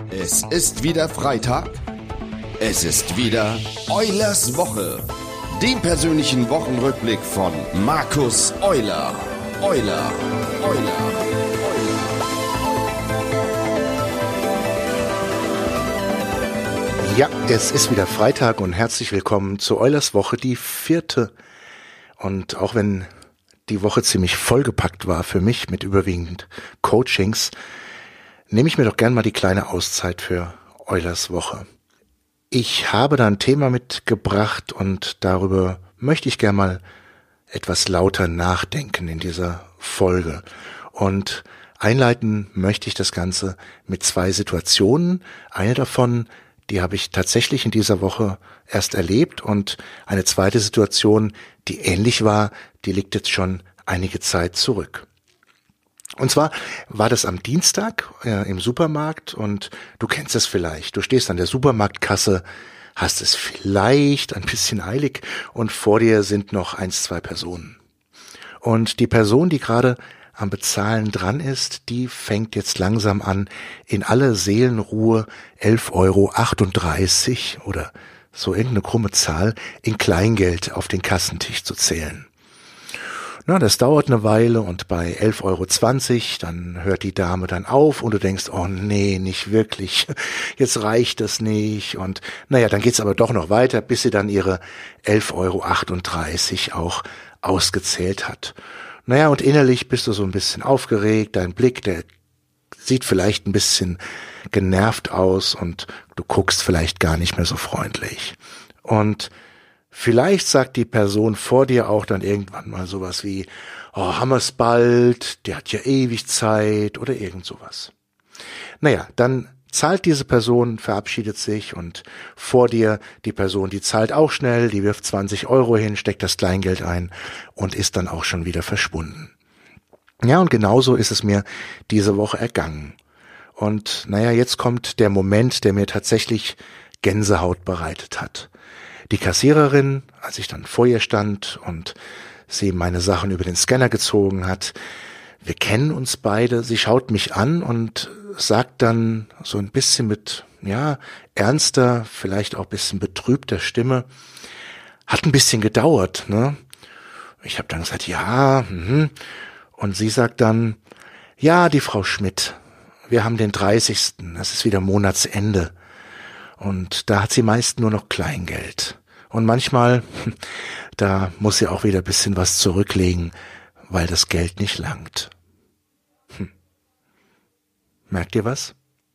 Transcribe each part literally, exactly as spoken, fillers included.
Es ist wieder Freitag. Es ist wieder Eulers Woche. Dem persönlichen Wochenrückblick von Markus Euler. Euler, Euler, Euler. Ja, es ist wieder Freitag und herzlich willkommen zu Eulers Woche, die vierte. Und auch wenn die Woche ziemlich vollgepackt war für mich mit überwiegend Coachings, nehme ich mir doch gern mal die kleine Auszeit für Eulers Woche. Ich habe da ein Thema mitgebracht und darüber möchte ich gern mal etwas lauter nachdenken in dieser Folge. Und einleiten möchte ich das Ganze mit zwei Situationen. Eine davon, die habe ich tatsächlich in dieser Woche erst erlebt, und eine zweite Situation, die ähnlich war, die liegt jetzt schon einige Zeit zurück. Und zwar war das am Dienstag äh, im Supermarkt, und du kennst es vielleicht. Du stehst an der Supermarktkasse, hast es vielleicht ein bisschen eilig und vor dir sind noch eins, zwei Personen. Und die Person, die gerade am Bezahlen dran ist, die fängt jetzt langsam an, in aller Seelenruhe elf Euro achtunddreißig oder so irgendeine krumme Zahl in Kleingeld auf den Kassentisch zu zählen. Na, das dauert eine Weile, und bei elf Euro zwanzig, dann hört die Dame dann auf und du denkst, oh nee, nicht wirklich, jetzt reicht das nicht. Und naja, dann geht's aber doch noch weiter, bis sie dann ihre elf Euro achtunddreißig auch ausgezählt hat. Naja, und innerlich bist du so ein bisschen aufgeregt, dein Blick, der sieht vielleicht ein bisschen genervt aus und du guckst vielleicht gar nicht mehr so freundlich. Und vielleicht sagt die Person vor dir auch dann irgendwann mal sowas wie, oh, haben wir's bald, der hat ja ewig Zeit oder irgend sowas. Naja, dann zahlt diese Person, verabschiedet sich, und vor dir die Person, die zahlt auch schnell, die wirft zwanzig Euro hin, steckt das Kleingeld ein und ist dann auch schon wieder verschwunden. Ja, und genauso ist es mir diese Woche ergangen. Und naja, jetzt kommt der Moment, der mir tatsächlich Gänsehaut bereitet hat. Die Kassiererin, als ich dann vor ihr stand und sie meine Sachen über den Scanner gezogen hat, wir kennen uns beide, sie schaut mich an und sagt dann so ein bisschen mit, ja, ernster, vielleicht auch ein bisschen betrübter Stimme, hat ein bisschen gedauert, ne? Ich habe dann gesagt, ja, mhm. Und sie sagt dann, ja, die Frau Schmidt, wir haben den dreißigsten, das ist wieder Monatsende. Und da hat sie meist nur noch Kleingeld. Und manchmal, da muss sie auch wieder ein bisschen was zurücklegen, weil das Geld nicht langt. Hm. Merkt ihr was?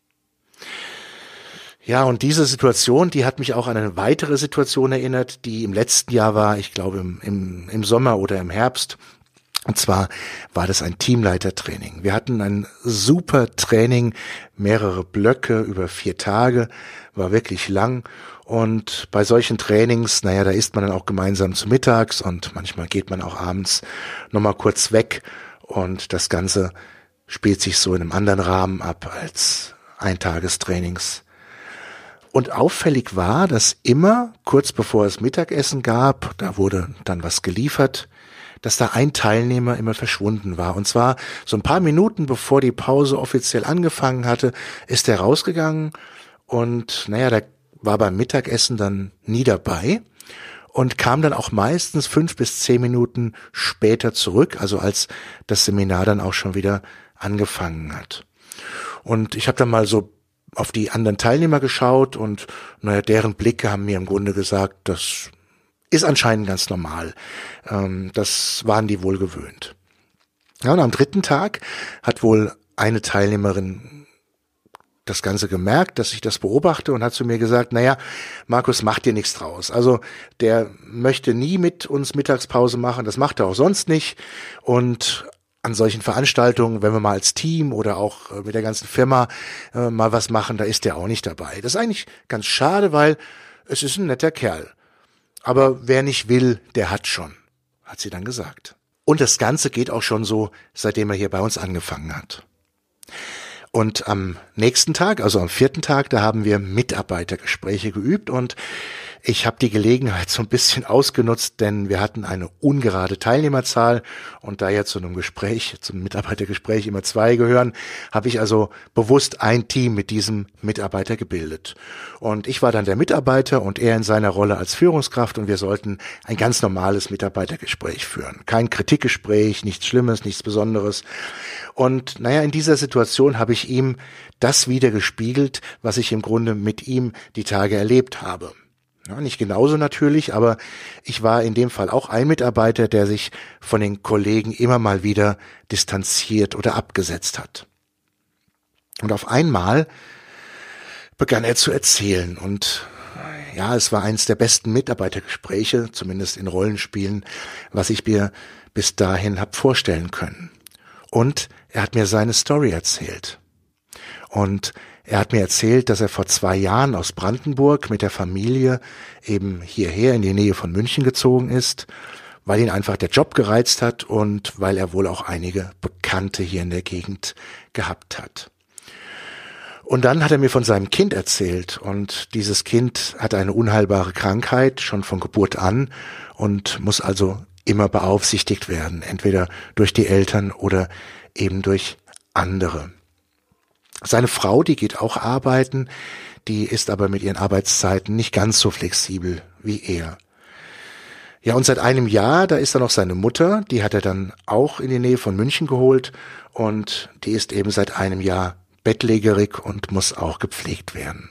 Ja, und diese Situation, die hat mich auch an eine weitere Situation erinnert, die im letzten Jahr war, ich glaube im, im, im Sommer oder im Herbst. Und zwar war das ein Teamleitertraining. Wir hatten ein super Training, mehrere Blöcke über vier Tage, war wirklich lang. Und bei solchen Trainings, naja, da isst man dann auch gemeinsam zu mittags und manchmal geht man auch abends nochmal kurz weg. Und das Ganze spielt sich so in einem anderen Rahmen ab als Eintagestrainings. Und auffällig war, dass immer kurz bevor es Mittagessen gab, da wurde dann was geliefert, dass da ein Teilnehmer immer verschwunden war. Und zwar so ein paar Minuten bevor die Pause offiziell angefangen hatte, ist er rausgegangen und naja, der war beim Mittagessen dann nie dabei und kam dann auch meistens fünf bis zehn Minuten später zurück, also als das Seminar dann auch schon wieder angefangen hat. Und ich habe dann mal so auf die anderen Teilnehmer geschaut und naja, deren Blicke haben mir im Grunde gesagt, das ist anscheinend ganz normal. Ähm, das waren die wohl gewöhnt. Ja, und am dritten Tag hat wohl eine Teilnehmerin das Ganze gemerkt, dass ich das beobachte, und hat zu mir gesagt, naja, Markus, mach dir nichts draus. Also der möchte nie mit uns Mittagspause machen, das macht er auch sonst nicht. Und an solchen Veranstaltungen, wenn wir mal als Team oder auch mit der ganzen Firma äh, mal was machen, da ist der auch nicht dabei. Das ist eigentlich ganz schade, weil es ist ein netter Kerl. Aber wer nicht will, der hat schon, hat sie dann gesagt. Und das Ganze geht auch schon so, seitdem er hier bei uns angefangen hat. Und am nächsten Tag, also am vierten Tag, da haben wir Mitarbeitergespräche geübt, und Ich habe die Gelegenheit so ein bisschen ausgenutzt, denn wir hatten eine ungerade Teilnehmerzahl und da ja zu einem Gespräch, zum Mitarbeitergespräch immer zwei gehören, habe ich also bewusst ein Team mit diesem Mitarbeiter gebildet. Und ich war dann der Mitarbeiter und er in seiner Rolle als Führungskraft und wir sollten ein ganz normales Mitarbeitergespräch führen. Kein Kritikgespräch, nichts Schlimmes, nichts Besonderes. Und naja, in dieser Situation habe ich ihm das wieder gespiegelt, was ich im Grunde mit ihm die Tage erlebt habe. Ja, nicht genauso natürlich, aber ich war in dem Fall auch ein Mitarbeiter, der sich von den Kollegen immer mal wieder distanziert oder abgesetzt hat. Und auf einmal begann er zu erzählen und ja, es war eines der besten Mitarbeitergespräche, zumindest in Rollenspielen, was ich mir bis dahin habe vorstellen können. Und er hat mir seine Story erzählt. Und er hat mir erzählt, dass er vor zwei Jahren aus Brandenburg mit der Familie eben hierher in die Nähe von München gezogen ist, weil ihn einfach der Job gereizt hat und weil er wohl auch einige Bekannte hier in der Gegend gehabt hat. Und dann hat er mir von seinem Kind erzählt und dieses Kind hat eine unheilbare Krankheit schon von Geburt an und muss also immer beaufsichtigt werden, entweder durch die Eltern oder eben durch andere. Seine Frau, die geht auch arbeiten, die ist aber mit ihren Arbeitszeiten nicht ganz so flexibel wie er. Ja, und seit einem Jahr, da ist dann noch seine Mutter, die hat er dann auch in die Nähe von München geholt und die ist eben seit einem Jahr bettlägerig und muss auch gepflegt werden.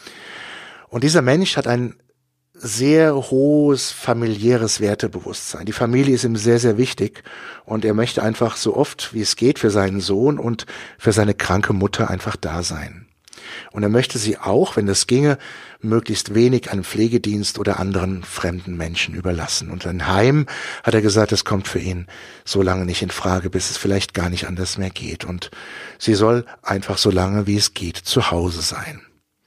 Und dieser Mensch hat ein sehr hohes familiäres Wertebewusstsein. Die Familie ist ihm sehr, sehr wichtig und er möchte einfach so oft, wie es geht, für seinen Sohn und für seine kranke Mutter einfach da sein. Und er möchte sie auch, wenn das ginge, möglichst wenig einem Pflegedienst oder anderen fremden Menschen überlassen. Und ein Heim, hat er gesagt, das kommt für ihn so lange nicht in Frage, bis es vielleicht gar nicht anders mehr geht. Und sie soll einfach so lange, wie es geht, zu Hause sein.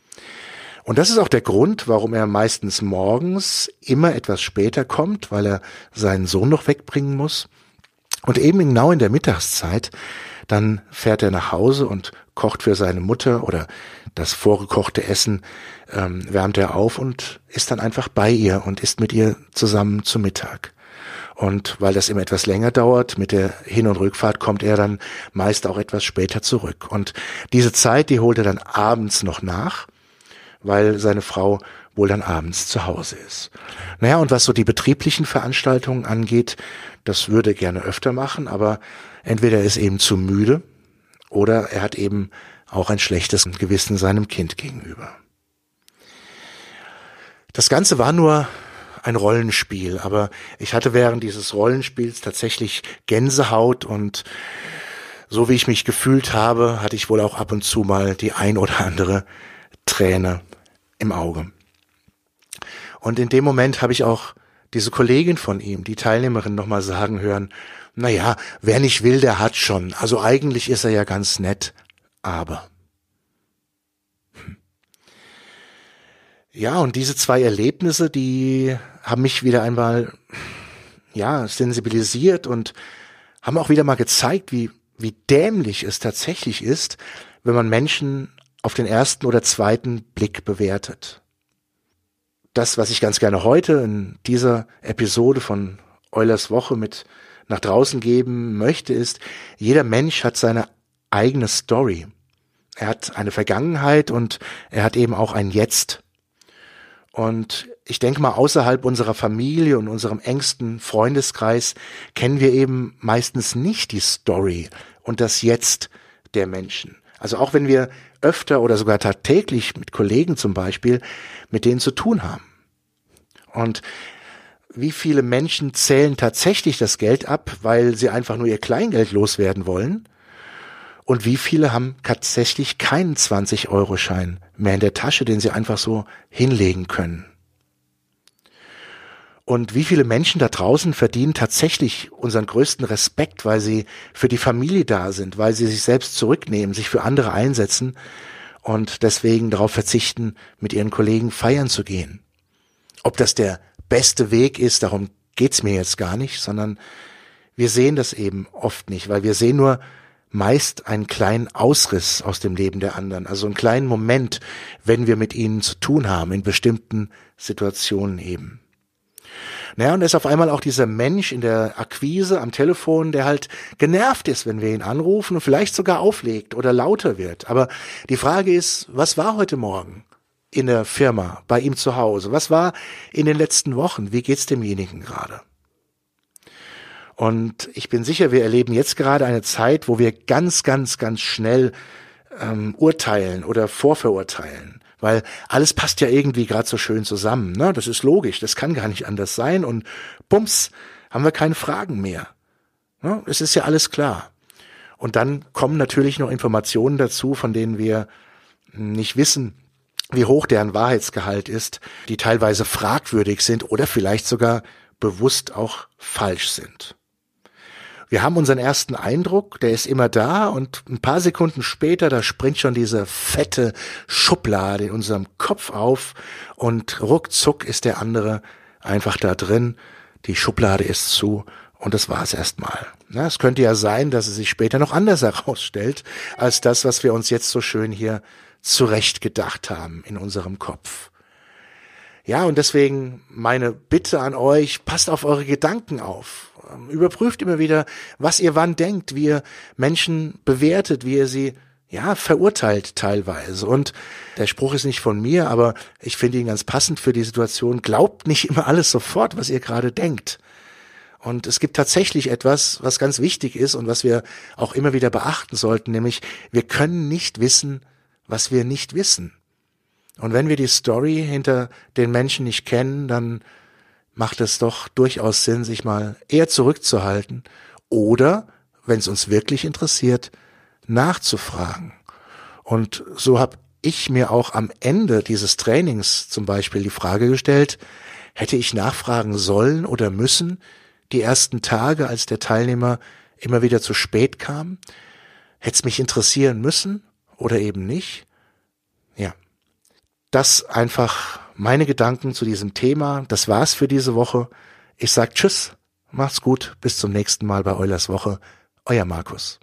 Und das ist auch der Grund, warum er meistens morgens immer etwas später kommt, weil er seinen Sohn noch wegbringen muss. Und eben genau in der Mittagszeit, dann fährt er nach Hause und kocht für seine Mutter oder das vorgekochte Essen ähm, wärmt er auf und ist dann einfach bei ihr und isst mit ihr zusammen zu Mittag. Und weil das immer etwas länger dauert, mit der Hin- und Rückfahrt kommt er dann meist auch etwas später zurück. Und diese Zeit, die holt er dann abends noch nach, weil seine Frau wohl dann abends zu Hause ist. Naja, und was so die betrieblichen Veranstaltungen angeht, das würde er gerne öfter machen, aber entweder er ist eben zu müde oder er hat eben auch ein schlechtes Gewissen seinem Kind gegenüber. Das Ganze war nur ein Rollenspiel, aber ich hatte während dieses Rollenspiels tatsächlich Gänsehaut und so wie ich mich gefühlt habe, hatte ich wohl auch ab und zu mal die ein oder andere Träne im Auge. Und in dem Moment habe ich auch diese Kollegin von ihm, die Teilnehmerin, nochmal sagen hören, naja, wer nicht will, der hat schon. Also eigentlich ist er ja ganz nett, aber. Hm. Ja, und diese zwei Erlebnisse, die haben mich wieder einmal, ja, sensibilisiert und haben auch wieder mal gezeigt, wie, wie dämlich es tatsächlich ist, wenn man Menschen auf den ersten oder zweiten Blick bewertet. Das, was ich ganz gerne heute in dieser Episode von Eulers Woche mit nach draußen geben möchte, ist, jeder Mensch hat seine eigene Story. Er hat eine Vergangenheit und er hat eben auch ein Jetzt. Und ich denke mal, außerhalb unserer Familie und unserem engsten Freundeskreis kennen wir eben meistens nicht die Story und das Jetzt der Menschen. Also auch wenn wir öfter oder sogar tagtäglich mit Kollegen zum Beispiel mit denen zu tun haben. Und wie viele Menschen zählen tatsächlich das Geld ab, weil sie einfach nur ihr Kleingeld loswerden wollen? Und wie viele haben tatsächlich keinen zwanzig-Euro-Schein mehr in der Tasche, den sie einfach so hinlegen können? Und wie viele Menschen da draußen verdienen tatsächlich unseren größten Respekt, weil sie für die Familie da sind, weil sie sich selbst zurücknehmen, sich für andere einsetzen und deswegen darauf verzichten, mit ihren Kollegen feiern zu gehen. Ob das der beste Weg ist, darum geht's mir jetzt gar nicht, sondern wir sehen das eben oft nicht, weil wir sehen nur meist einen kleinen Ausriss aus dem Leben der anderen, also einen kleinen Moment, wenn wir mit ihnen zu tun haben, in bestimmten Situationen eben. Naja, und da ist auf einmal auch dieser Mensch in der Akquise am Telefon, der halt genervt ist, wenn wir ihn anrufen und vielleicht sogar auflegt oder lauter wird. Aber die Frage ist, was war heute Morgen in der Firma, bei ihm zu Hause? Was war in den letzten Wochen? Wie geht's demjenigen gerade? Und ich bin sicher, wir erleben jetzt gerade eine Zeit, wo wir ganz, ganz, ganz schnell ähm, urteilen oder vorverurteilen. Weil alles passt ja irgendwie gerade so schön zusammen. Ne? Das ist logisch, das kann gar nicht anders sein. Und bums, haben wir keine Fragen mehr. Ne? Es ist ja alles klar. Und dann kommen natürlich noch Informationen dazu, von denen wir nicht wissen, wie hoch deren Wahrheitsgehalt ist, die teilweise fragwürdig sind oder vielleicht sogar bewusst auch falsch sind. Wir haben unseren ersten Eindruck, der ist immer da und ein paar Sekunden später, da springt schon diese fette Schublade in unserem Kopf auf und ruckzuck ist der andere einfach da drin, die Schublade ist zu und das war's erstmal. Ja, es könnte ja sein, dass es sich später noch anders herausstellt, als das, was wir uns jetzt so schön hier zurecht gedacht haben in unserem Kopf. Ja, und deswegen meine Bitte an euch, passt auf eure Gedanken auf. Überprüft immer wieder, was ihr wann denkt, wie ihr Menschen bewertet, wie ihr sie, ja, verurteilt teilweise. Und der Spruch ist nicht von mir, aber ich finde ihn ganz passend für die Situation. Glaubt nicht immer alles sofort, was ihr gerade denkt. Und es gibt tatsächlich etwas, was ganz wichtig ist und was wir auch immer wieder beachten sollten, nämlich wir können nicht wissen, was wir nicht wissen. Und wenn wir die Story hinter den Menschen nicht kennen, dann macht es doch durchaus Sinn, sich mal eher zurückzuhalten oder, wenn es uns wirklich interessiert, nachzufragen. Und so habe ich mir auch am Ende dieses Trainings zum Beispiel die Frage gestellt, hätte ich nachfragen sollen oder müssen, die ersten Tage, als der Teilnehmer immer wieder zu spät kam? Hätte es mich interessieren müssen oder eben nicht? Ja, das einfach meine Gedanken zu diesem Thema. Das war's für diese Woche. Ich sag Tschüss, macht's gut, bis zum nächsten Mal bei Eulers Woche. Euer Markus.